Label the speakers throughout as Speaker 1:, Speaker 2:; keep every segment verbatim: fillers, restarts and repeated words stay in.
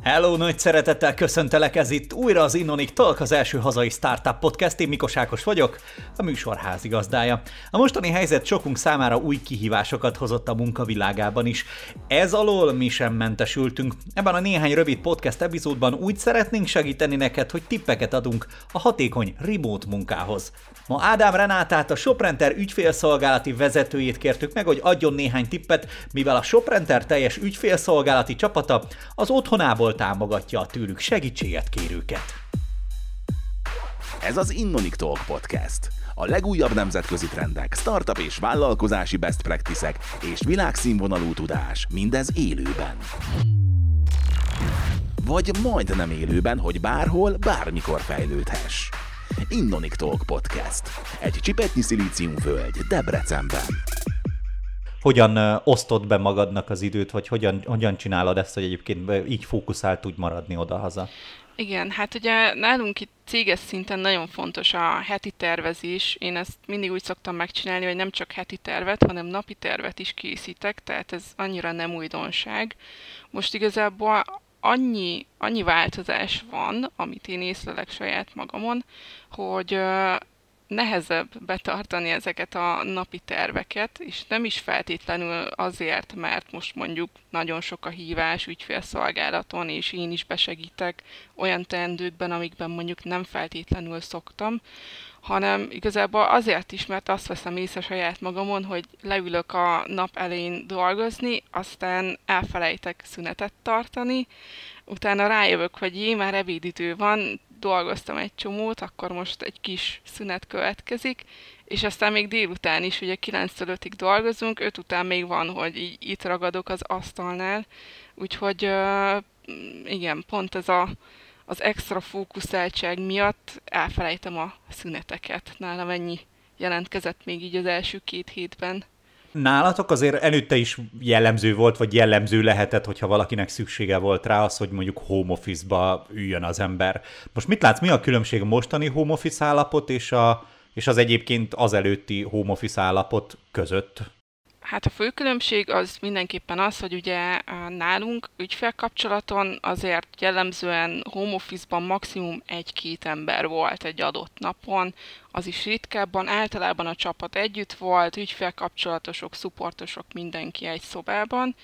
Speaker 1: Hello, nagy szeretettel köszöntelek, ez itt újra az Innonic Talk, az első hazai startup podcast. Én Mikos Ákos vagyok, a műsor házigazdája. A mostani helyzet sokunk számára új kihívásokat hozott a munkavilágában is. Ez alól mi sem mentesültünk. Ebben a néhány rövid podcast epizódban úgy szeretnénk segíteni neked, hogy tippeket adunk a hatékony remote munkához. Ma Ádám Renátát, a ShopRenter ügyfélszolgálati vezetőjét kértük meg, hogy adjon néhány tippet, mivel a ShopRenter teljes ügyfélszolgálati csapata az otthonából támogatja a tőlük segítséget kérőket.
Speaker 2: Ez az Innonic Talk podcast. A legújabb nemzetközi trendek, startup és vállalkozási best practice-ek és világszínvonalú tudás, mindez élőben. Vagy majdnem élőben, hogy bárhol, bármikor fejlődhess. Innonic Talk podcast. Egy csipetnyi szilíciumvölgy Debrecenben.
Speaker 1: Hogyan uh, osztod be magadnak az időt, vagy hogyan, hogyan csinálod ezt, hogy egyébként így fókuszált tudj maradni odahaza?
Speaker 3: Igen, hát ugye nálunk itt céges szinten nagyon fontos a heti tervezés. Én ezt mindig úgy szoktam megcsinálni, hogy nem csak heti tervet, hanem napi tervet is készítek, tehát ez annyira nem újdonság. Most igazából annyi, annyi változás van, amit én észlelek saját magamon, hogy uh, nehezebb betartani ezeket a napi terveket, és nem is feltétlenül azért, mert most mondjuk nagyon sok a hívás ügyfélszolgálaton, és én is besegítek olyan teendőkben, amikben mondjuk nem feltétlenül szoktam, hanem igazából azért is, mert azt veszem észre saját magamon, hogy leülök a nap elején dolgozni, aztán elfelejtek szünetet tartani, utána rájövök, hogy jé, már ebédidő van, dolgoztam egy csomót, akkor most egy kis szünet következik, és aztán még délután is, ugye kilenctől ötig dolgozunk, öt után még van, hogy így itt ragadok az asztalnál, úgyhogy uh, igen, pont ez a, az extra fókuszáltság miatt elfelejtem a szüneteket. Nálam ennyi jelentkezett még így az első két hétben.
Speaker 1: Nálatok azért előtte is jellemző volt, vagy jellemző lehetett, hogyha valakinek szüksége volt rá az, hogy mondjuk home office-ba üljön az ember. Most mit látsz, mi a különbség a mostani home office állapot és, a, és az egyébként az előtti home office állapot között?
Speaker 3: Hát a fő különbség az mindenképpen az, hogy ugye nálunk ügyfélkapcsolaton azért jellemzően home office-ban maximum egy-két ember volt egy adott napon, az is ritkábban, általában a csapat együtt volt, ügyfélkapcsolatosok, szupportosok, mindenki egy szobában,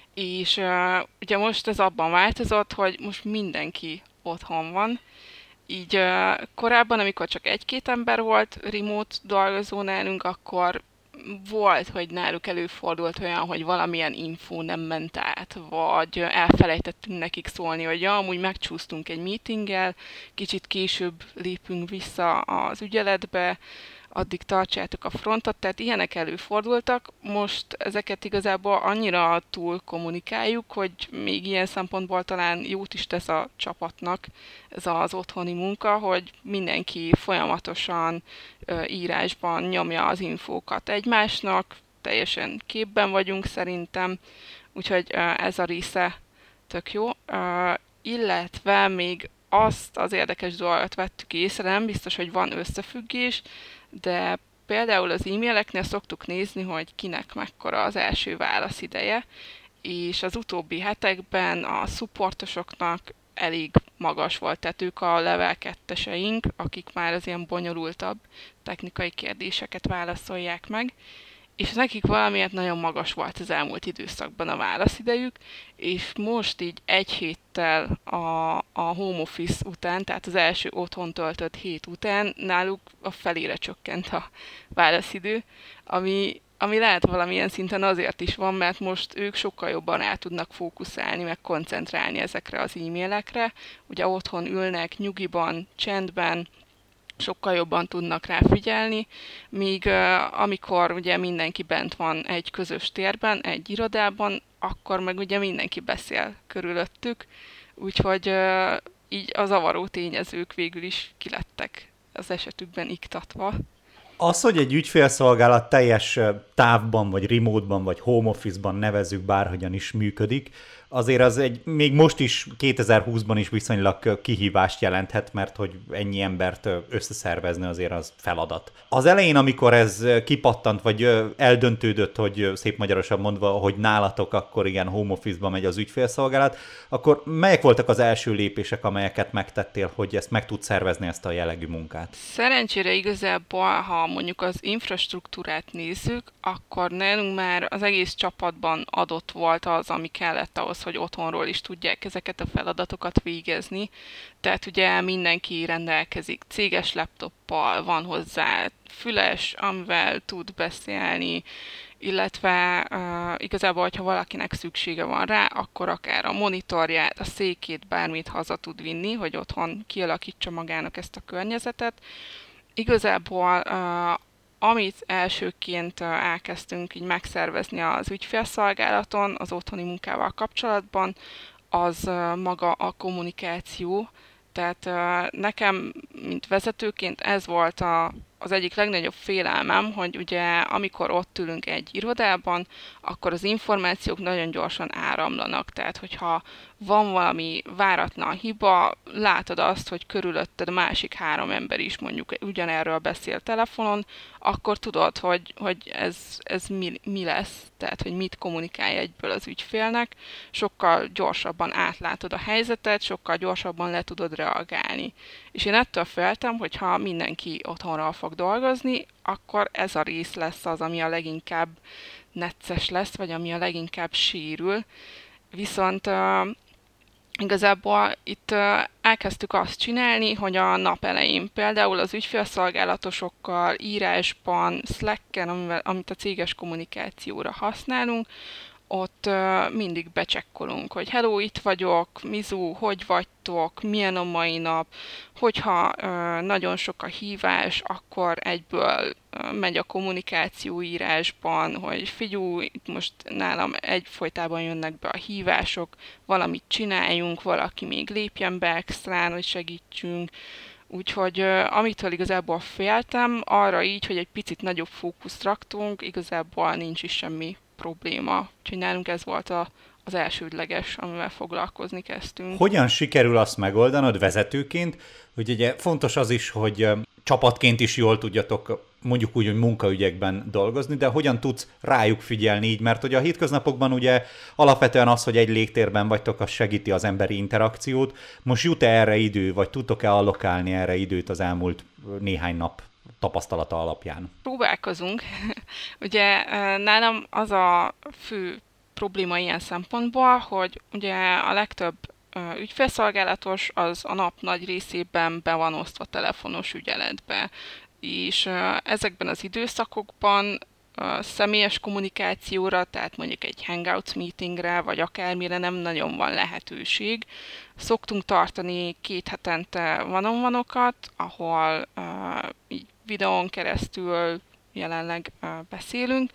Speaker 3: és uh, ugye most ez abban változott, hogy most mindenki otthon van, így uh, korábban, amikor csak egy-két ember volt remote dolgozó nálunk, akkor volt, hogy náluk előfordult olyan, hogy valamilyen infó nem ment át, vagy elfelejtettünk nekik szólni, hogy ja, amúgy megcsúsztunk egy meetinggel, kicsit később lépünk vissza az ügyeletbe, addig tartsátok a frontot, tehát ilyenek előfordultak. Most ezeket igazából annyira túl kommunikáljuk, hogy még ilyen szempontból talán jót is tesz a csapatnak ez az otthoni munka, hogy mindenki folyamatosan ö, írásban nyomja az infókat egymásnak, teljesen képben vagyunk szerintem, úgyhogy ö, ez a része tök jó. Ö, illetve még azt az érdekes dolgot vettük észre, nem biztos, hogy van összefüggés, de például az e-maileknél szoktuk nézni, hogy kinek mekkora az első válaszideje, és az utóbbi hetekben a szupportosoknak elég magas volt, tehát ők a level ketteseink, akik már az ilyen bonyolultabb technikai kérdéseket válaszolják meg, és nekik valamiért nagyon magas volt az elmúlt időszakban a válaszidejük, és most így egy héttel a, a home office után, tehát az első otthon töltött hét után náluk a felére csökkent a válaszidő, ami, ami lehet valamilyen szinten azért is van, mert most ők sokkal jobban rá tudnak fókuszálni, meg koncentrálni ezekre az e-mailekre. Ugye otthon ülnek, nyugiban, csendben, sokkal jobban tudnak rá figyelni, míg uh, amikor ugye mindenki bent van egy közös térben, egy irodában, akkor meg ugye mindenki beszél körülöttük, úgyhogy uh, így a zavaró tényezők végül is kilettek az esetükben iktatva.
Speaker 1: Az, hogy egy ügyfélszolgálat teljes távban, vagy remote-ban, vagy home office-ban nevezzük, bárhogyan is működik, azért az egy, még most is, kétezer-húszban is viszonylag kihívást jelenthet, mert hogy ennyi embert összeszervezni azért az feladat. Az elején, amikor ez kipattant, vagy eldöntődött, hogy szép magyarosan mondva, hogy nálatok akkor igen, home office-ba megy az ügyfélszolgálat, akkor melyek voltak az első lépések, amelyeket megtettél, hogy ezt meg tud szervezni, ezt a jellegű munkát?
Speaker 3: Szerencsére igazából, ha mondjuk az infrastruktúrát nézzük, akkor nálunk már az egész csapatban adott volt az, ami kellett ahhoz, hogy otthonról is tudják ezeket a feladatokat végezni. Tehát ugye mindenki rendelkezik céges laptoppal, van hozzá füles, amivel tud beszélni, illetve uh, igazából, hogyha valakinek szüksége van rá, akkor akár a monitorját, a székét, bármit haza tud vinni, hogy otthon kialakítsa magának ezt a környezetet. Igazából uh, amit elsőként elkezdtünk így megszervezni az ügyfélszolgálaton, az otthoni munkával kapcsolatban, az maga a kommunikáció. Tehát nekem, mint vezetőként ez volt a, az egyik legnagyobb félelmem, hogy ugye amikor ott ülünk egy irodában, akkor az információk nagyon gyorsan áramlanak. Tehát, hogyha van valami váratlan hiba, látod azt, hogy körülötted a másik három ember is mondjuk ugyanerről beszél telefonon, akkor tudod, hogy, hogy ez, ez mi, mi lesz, tehát, hogy mit kommunikálj egyből az ügyfélnek. Sokkal gyorsabban átlátod a helyzetet, sokkal gyorsabban le tudod reagálni. És én ettől féltem, hogy ha mindenki otthonról fog dolgozni, akkor ez a rész lesz az, ami a leginkább necces lesz, vagy ami a leginkább sérül. Viszont uh, igazából itt uh, elkezdtük azt csinálni, hogy a nap elején például az ügyfélszolgálatosokkal írásban, Slacken, amivel, amit a céges kommunikációra használunk, ott uh, mindig becsekkolunk, hogy hello, itt vagyok, Mizu, hogy vagytok, milyen a mai nap, hogyha uh, nagyon sok a hívás, akkor egyből uh, megy a kommunikáció írásban, hogy figyú, itt most nálam egyfolytában jönnek be a hívások, valamit csináljunk, valaki még lépjen be extrán, hogy segítsünk. Úgyhogy uh, amitől igazából féltem, arra így, hogy egy picit nagyobb fókuszt raktunk, igazából nincs is semmi probléma. Úgyhogy nálunk ez volt a, az elsődleges, amivel foglalkozni kezdtünk.
Speaker 1: Hogyan sikerül azt megoldanod vezetőként, hogy ugye fontos az is, hogy csapatként is jól tudjatok mondjuk úgy, hogy munkaügyekben dolgozni, de hogyan tudsz rájuk figyelni így, mert ugye a hétköznapokban ugye alapvetően az, hogy egy légtérben vagytok, az segíti az emberi interakciót. Most jut-e erre idő, vagy tudtok-e allokálni erre időt az elmúlt néhány nap tapasztalata alapján?
Speaker 3: Próbálkozunk. Ugye nálam az a fő probléma ilyen szempontból, hogy ugye a legtöbb ügyfélszolgálatos az a nap nagy részében be van osztva telefonos ügyeletbe, és ezekben az időszakokban személyes kommunikációra, tehát mondjuk egy Hangouts meetingre, vagy akármire nem nagyon van lehetőség. Szoktunk tartani két hetente one-on-one-okat, ahol uh, így videón keresztül jelenleg uh, beszélünk,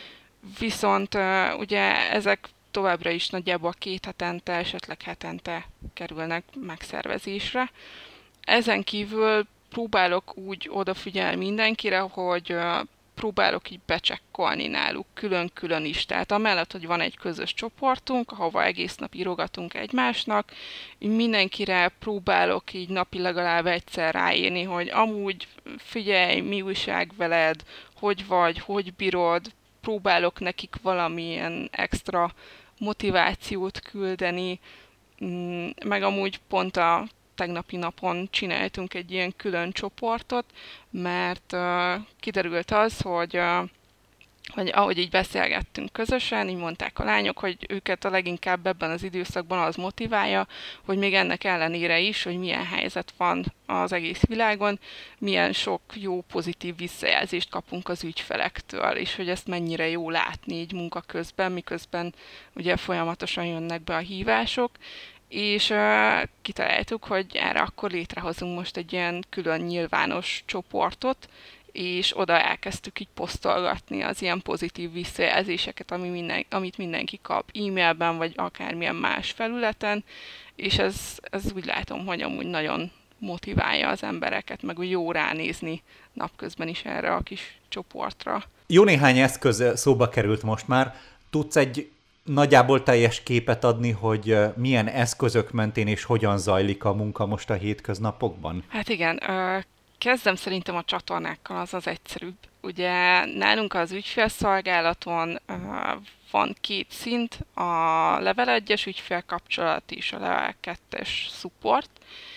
Speaker 3: viszont uh, ugye ezek továbbra is nagyjából két hetente, esetleg hetente kerülnek megszervezésre. Ezen kívül próbálok úgy odafigyelni mindenkire, hogy uh, próbálok így becsekkolni náluk külön-külön is. Tehát amellett, hogy van egy közös csoportunk, ahova egész nap írogatunk egymásnak, így mindenkire próbálok így napi legalább egyszer ráírni, hogy amúgy figyelj, mi újság veled, hogy vagy, hogy bírod, próbálok nekik valamilyen extra motivációt küldeni, meg amúgy pont a tegnapi napon csináltunk egy ilyen külön csoportot, mert uh, kiderült az, hogy, uh, hogy ahogy így beszélgettünk közösen, így mondták a lányok, hogy őket a leginkább ebben az időszakban az motiválja, hogy még ennek ellenére is, hogy milyen helyzet van az egész világon, milyen sok jó, pozitív visszajelzést kapunk az ügyfelektől, és hogy ezt mennyire jó látni így munka közben, miközben ugye folyamatosan jönnek be a hívások, és uh, kitaláltuk, hogy erre akkor létrehozunk most egy ilyen külön nyilvános csoportot, és oda elkezdtük így posztolgatni az ilyen pozitív visszajelzéseket, ami minden, amit mindenki kap e-mailben, vagy akármilyen más felületen, és ez, ez úgy látom, hogy amúgy nagyon motiválja az embereket, meg úgy jó ránézni napközben is erre a kis csoportra.
Speaker 1: Jó néhány eszköz szóba került most már. Tudsz egy nagyjából teljes képet adni, hogy milyen eszközök mentén és hogyan zajlik a munka most a hétköznapokban?
Speaker 3: Hát igen, kezdem szerintem a csatornákkal, az az egyszerűbb. Ugye nálunk az ügyfélszolgálaton van két szint, a level egyes ügyfélkapcsolat és a level kettes support,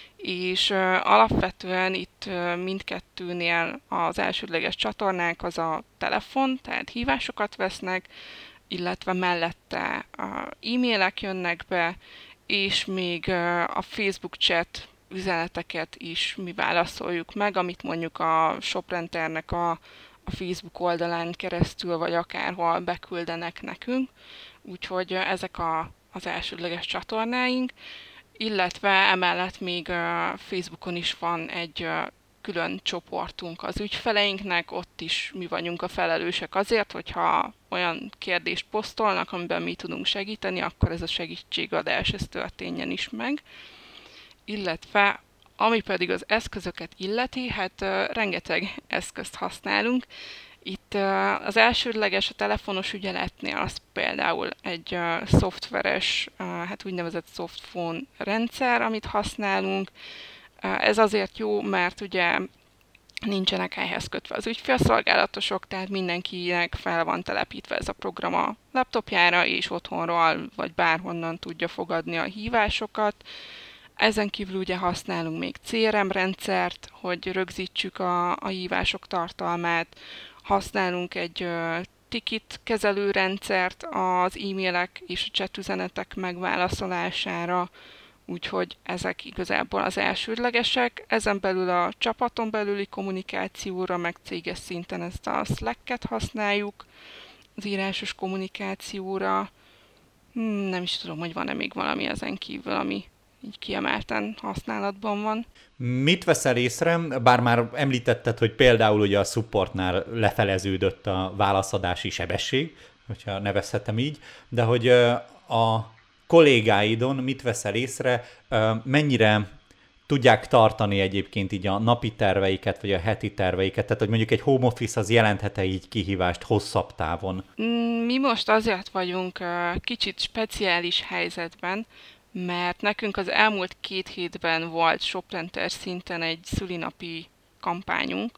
Speaker 3: és alapvetően itt mindkettőnél az elsődleges csatornánk az a telefon, tehát hívásokat vesznek, illetve mellette e-mailek jönnek be, és még a Facebook chat üzeneteket is mi válaszoljuk meg, amit mondjuk a ShopRenternek a, a Facebook oldalán keresztül, vagy akárhol beküldenek nekünk. Úgyhogy ezek a, az elsődleges csatornáink, illetve emellett még Facebookon is van egy külön csoportunk az ügyfeleinknek, ott is mi vagyunk a felelősek azért, hogyha olyan kérdést posztolnak, amiben mi tudunk segíteni, akkor ez a segítségadás ez történjen is meg. Illetve ami pedig az eszközöket illeti, hát uh, rengeteg eszközt használunk. Itt uh, az elsődleges a telefonos ügyeletnél az például egy uh, szoftveres, uh, hát úgynevezett softphone rendszer, amit használunk. Uh, ez azért jó, mert ugye nincsenek helyhez kötve az ügyfélszolgálatosok, tehát mindenkinek fel van telepítve ez a program a laptopjára, és otthonról vagy bárhonnan tudja fogadni a hívásokat. Ezen kívül ugye használunk még cé er em rendszert, hogy rögzítsük a, a hívások tartalmát, használunk egy uh, ticket kezelő rendszert az e-mailek és a chat üzenetek megválaszolására, úgyhogy ezek igazából az elsődlegesek. Ezen belül a csapaton belüli kommunikációra, meg céges szinten ezt a Slack-et használjuk, az írásos kommunikációra. Hmm, nem is tudom, hogy van-e még valami ezen kívül, ami így kiemelten használatban van.
Speaker 1: Mit veszel észre? Bár már említetted, hogy például ugye a supportnál lefeleződött a válaszadási sebesség, hogyha nevezhetem így, de hogy a kollégáidon mit veszel észre, mennyire tudják tartani egyébként így a napi terveiket, vagy a heti terveiket, tehát hogy mondjuk egy home office az jelenthet-e így kihívást hosszabb távon?
Speaker 3: Mi most azért vagyunk kicsit speciális helyzetben, mert nekünk az elmúlt két hétben volt ShopRenter szinten egy szülinapi kampányunk,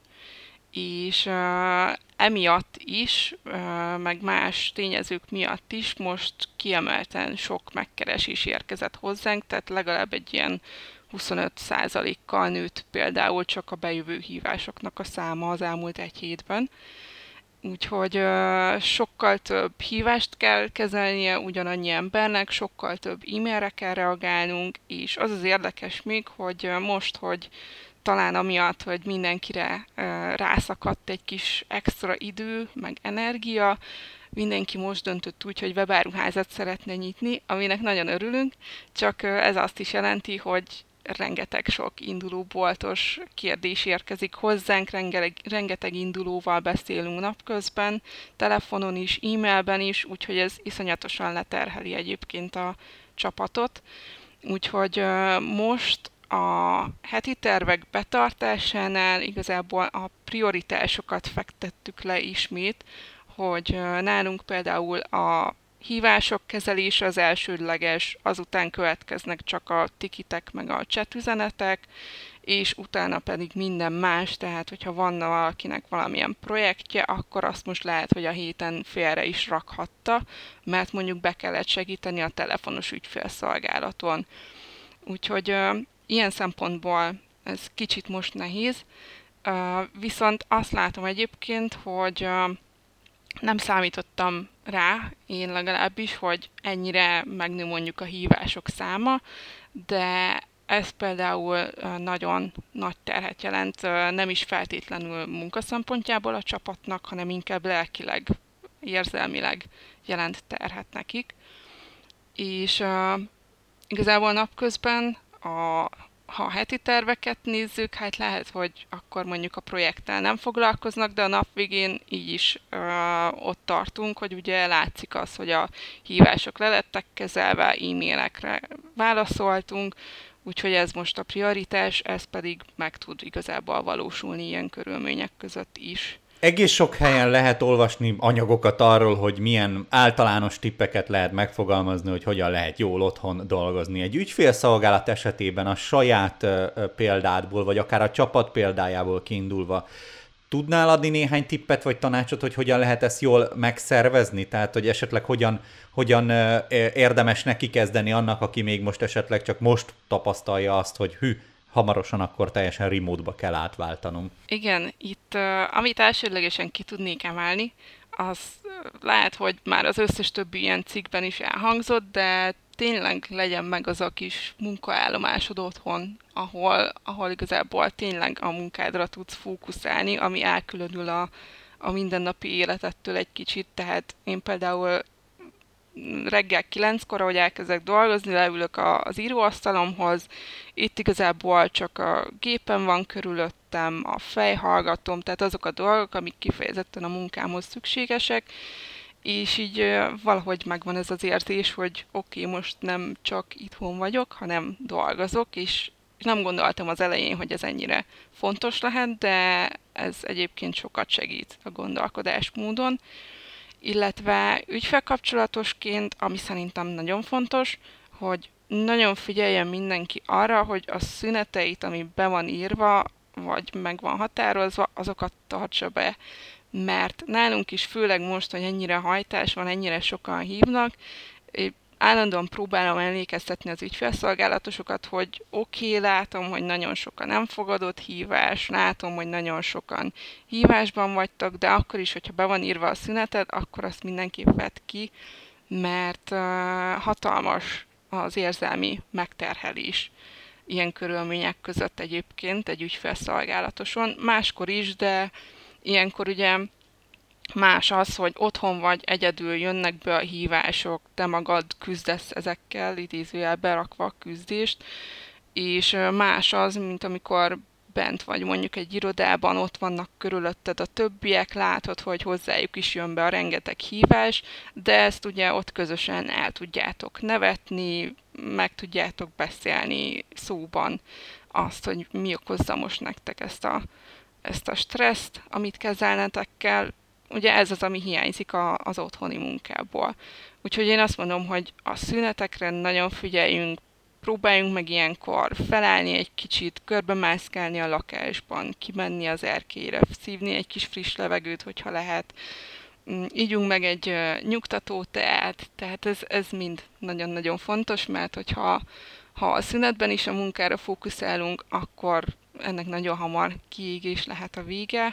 Speaker 3: és uh, emiatt is, uh, meg más tényezők miatt is most kiemelten sok megkeresés érkezett hozzánk, tehát legalább egy ilyen huszonöt százalékkal nőtt például csak a bejövő hívásoknak a száma az elmúlt egy hétben. Úgyhogy uh, sokkal több hívást kell kezelnie ugyanannyi embernek, sokkal több e-mailre kell reagálnunk, és az az érdekes még, hogy uh, most, hogy talán amiatt, hogy mindenkire uh, rászakadt egy kis extra idő, meg energia, mindenki most döntött úgy, hogy webáruházat szeretne nyitni, aminek nagyon örülünk, csak uh, ez azt is jelenti, hogy rengeteg sok induló boltos kérdés érkezik hozzánk, rengeteg, rengeteg indulóval beszélünk napközben, telefonon is, e-mailben is, úgyhogy ez iszonyatosan leterheli egyébként a csapatot. Úgyhogy uh, most a heti tervek betartásánál igazából a prioritásokat fektettük le ismét, hogy uh, nálunk például a hívások kezelése az elsődleges, azután következnek csak a tikitek meg a chat üzenetek, és utána pedig minden más, tehát hogyha van valakinek valamilyen projektje, akkor azt most lehet, hogy a héten félre is rakhatta, mert mondjuk be kellett segíteni a telefonos ügyfélszolgálaton. Úgyhogy uh, ilyen szempontból ez kicsit most nehéz, uh, viszont azt látom egyébként, hogy uh, nem számítottam rá, én legalábbis, hogy ennyire megnő mondjuk a hívások száma, de ez például nagyon nagy terhet jelent, nem is feltétlenül munkaszempontjából a csapatnak, hanem inkább lelkileg, érzelmileg jelent terhet nekik. És uh, igazából napközben a ha a heti terveket nézzük, hát lehet, hogy akkor mondjuk a projekttel nem foglalkoznak, de a nap végén így is ö, ott tartunk, hogy ugye látszik az, hogy a hívások le lettek kezelve, e-mailekre válaszoltunk, Úgyhogy ez most a prioritás, ez pedig meg tud igazából valósulni ilyen körülmények között is.
Speaker 1: Egész sok helyen lehet olvasni anyagokat arról, hogy milyen általános tippeket lehet megfogalmazni, hogy hogyan lehet jól otthon dolgozni. Egy ügyfélszolgálat esetében a saját példádból, vagy akár a csapat példájából kiindulva, tudnál adni néhány tippet vagy tanácsot, hogy hogyan lehet ezt jól megszervezni? Tehát, hogy esetleg hogyan, hogyan érdemes neki kezdeni annak, aki még most esetleg csak most tapasztalja azt, hogy hű, hamarosan akkor teljesen remote-ba kell átváltanom.
Speaker 3: Igen, itt uh, amit elsődlegesen ki tudnék emelni, az uh, lehet, hogy már az összes többi ilyen cikkben is elhangzott, de tényleg legyen meg az a kis munkaállomásod otthon, ahol, ahol igazából tényleg a munkádra tudsz fókuszálni, ami elkülönül a, a mindennapi életettől egy kicsit. Tehát én például reggel kilenckor, ahogy elkezdek dolgozni, leülök az íróasztalomhoz, itt igazából csak a gépen van körülöttem, a fejhallgatom, tehát azok a dolgok, amik kifejezetten a munkámhoz szükségesek, és így valahogy megvan ez az érzés, hogy oké, okay, most nem csak itthon vagyok, hanem dolgozok, és nem gondoltam az elején, hogy ez ennyire fontos lehet, de ez egyébként sokat segít a gondolkodásmódon. Illetve ügyfélkapcsolatosként, ami szerintem nagyon fontos, hogy nagyon figyeljen mindenki arra, hogy a szüneteit, ami be van írva, vagy meg van határozva, azokat tartsa be. Mert nálunk is, főleg most, hogy ennyire hajtás van, ennyire sokan hívnak, állandóan próbálom emlékeztetni az ügyfélszolgálatosokat, hogy oké, okay, látom, hogy nagyon sokan nem fogadott hívás, látom, hogy nagyon sokan hívásban vagytok, de akkor is, hogyha be van írva a szüneted, akkor azt mindenképp vedd ki, mert uh, hatalmas az érzelmi megterhelés ilyen körülmények között egyébként egy ügyfélszolgálatoson. Máskor is, de ilyenkor ugye más az, hogy otthon vagy, egyedül jönnek be a hívások, te magad küzdesz ezekkel, idézőjelbe rakva a küzdést, és más az, mint amikor bent vagy mondjuk egy irodában, ott vannak körülötted a többiek, látod, hogy hozzájuk is jön be a rengeteg hívás, de ezt ugye ott közösen el tudjátok nevetni, meg tudjátok beszélni szóban azt, hogy mi okozza most nektek ezt a, ezt a stresszt, amit kezelnetek kell. Ugye ez az, ami hiányzik a, az otthoni munkából. Úgyhogy én azt mondom, hogy a szünetekre nagyon figyeljünk, próbáljunk meg ilyenkor felállni egy kicsit, körbemászkálni a lakásban, kimenni az erkélyre, szívni egy kis friss levegőt, hogyha lehet. Ígyunk meg egy nyugtató teát, tehát ez, ez mind nagyon-nagyon fontos, mert hogyha ha a szünetben is a munkára fókuszálunk, akkor ennek nagyon hamar kiégés lehet a vége.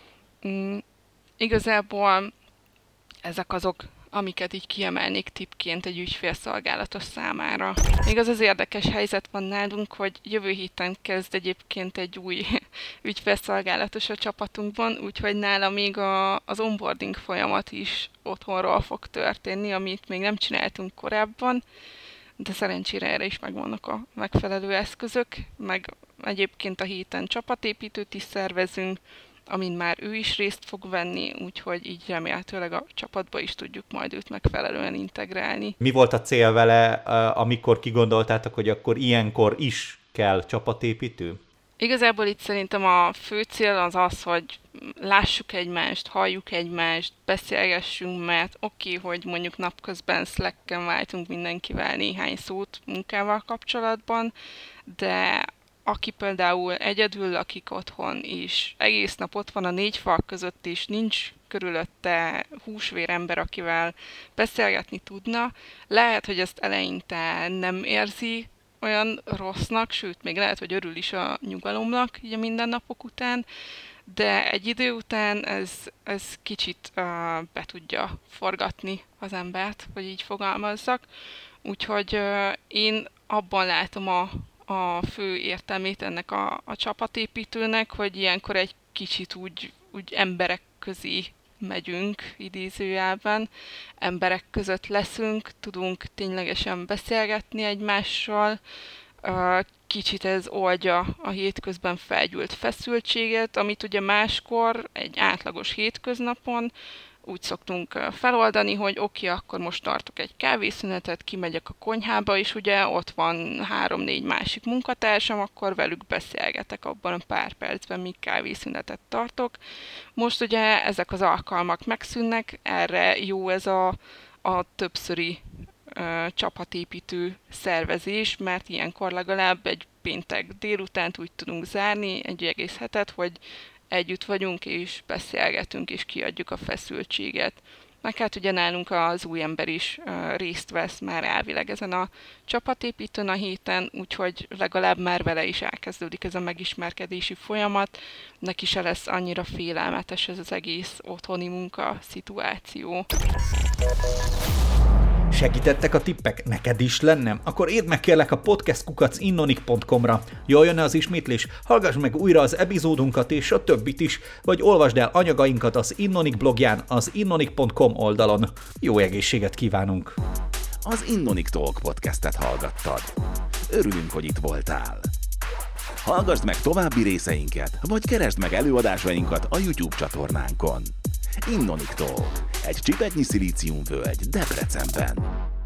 Speaker 3: Igazából ezek azok, amiket így kiemelnék tippként egy ügyfélszolgálatos számára. Még az az érdekes helyzet van nálunk, hogy jövő héten kezd egyébként egy új ügyfélszolgálatos a csapatunkban, úgyhogy nála még a, az onboarding folyamat is otthonról fog történni, amit még nem csináltunk korábban, de szerencsére erre is megvannak a megfelelő eszközök, meg egyébként a héten csapatépítőt is szervezünk, amin már ő is részt fog venni, úgyhogy így remélhetőleg a csapatba is tudjuk majd őt megfelelően integrálni.
Speaker 1: Mi volt a cél vele, amikor kigondoltátok, hogy akkor ilyenkor is kell csapatépítő?
Speaker 3: Igazából itt szerintem a fő cél az az, hogy lássuk egymást, halljuk egymást, beszélgessünk, mert oké, okay, hogy mondjuk napközben Slacken váltunk mindenkivel néhány szót munkával kapcsolatban, de aki például egyedül lakik otthon is, egész nap ott van a négy fal között is, nincs körülötte húsvér ember, akivel beszélgetni tudna, lehet, hogy ezt eleinte nem érzi olyan rossznak, sőt, még lehet, hogy örül is a nyugalomnak így a mindennapok után, de egy idő után ez, ez kicsit uh, be tudja forgatni az embert, hogy így fogalmazzak. Úgyhogy uh, én abban látom a a fő értelmét ennek a, a csapatépítőnek, hogy ilyenkor egy kicsit úgy, úgy emberek közé megyünk, idézőjelben, emberek között leszünk, tudunk ténylegesen beszélgetni egymással, kicsit ez oldja a hétközben felgyűlt feszültséget, amit ugye máskor egy átlagos hétköznapon úgy szoktunk feloldani, hogy oké, okay, akkor most tartok egy kávészünetet, kimegyek a konyhába, és ugye ott van három-négy másik munkatársam, akkor velük beszélgetek abban a pár percben, míg kávészünetet tartok. Most ugye ezek az alkalmak megszűnnek, erre jó ez a, a többszöri ö, csapatépítő szervezés, mert ilyenkor legalább egy péntek délutánt úgy tudunk zárni, egy egész hetet, hogy együtt vagyunk, és beszélgetünk, és kiadjuk a feszültséget. Meg hát ugye nálunk az új ember is uh, részt vesz már elvileg ezen a csapatépítőn a héten, úgyhogy legalább már vele is elkezdődik ez a megismerkedési folyamat. Neki se lesz annyira félelmetes ez az egész otthoni munka szituáció.
Speaker 1: Segítettek a tippek? Neked is lenne? Akkor írd meg kérlek a podcast kukac innonik pont com-ra. Jól jönne az ismétlés? Hallgass meg újra az epizódunkat és a többit is, vagy olvasd el anyagainkat az Innonik blogján, az innonik pont com oldalon. Jó egészséget kívánunk!
Speaker 2: Az Innonik Talk podcastet hallgattad. Örülünk, hogy itt voltál. Hallgassd meg további részeinket, vagy keresd meg előadásainkat a YouTube csatornánkon. Innonik Talk, egy csipetnyi szilíciumvölgy Debrecenben.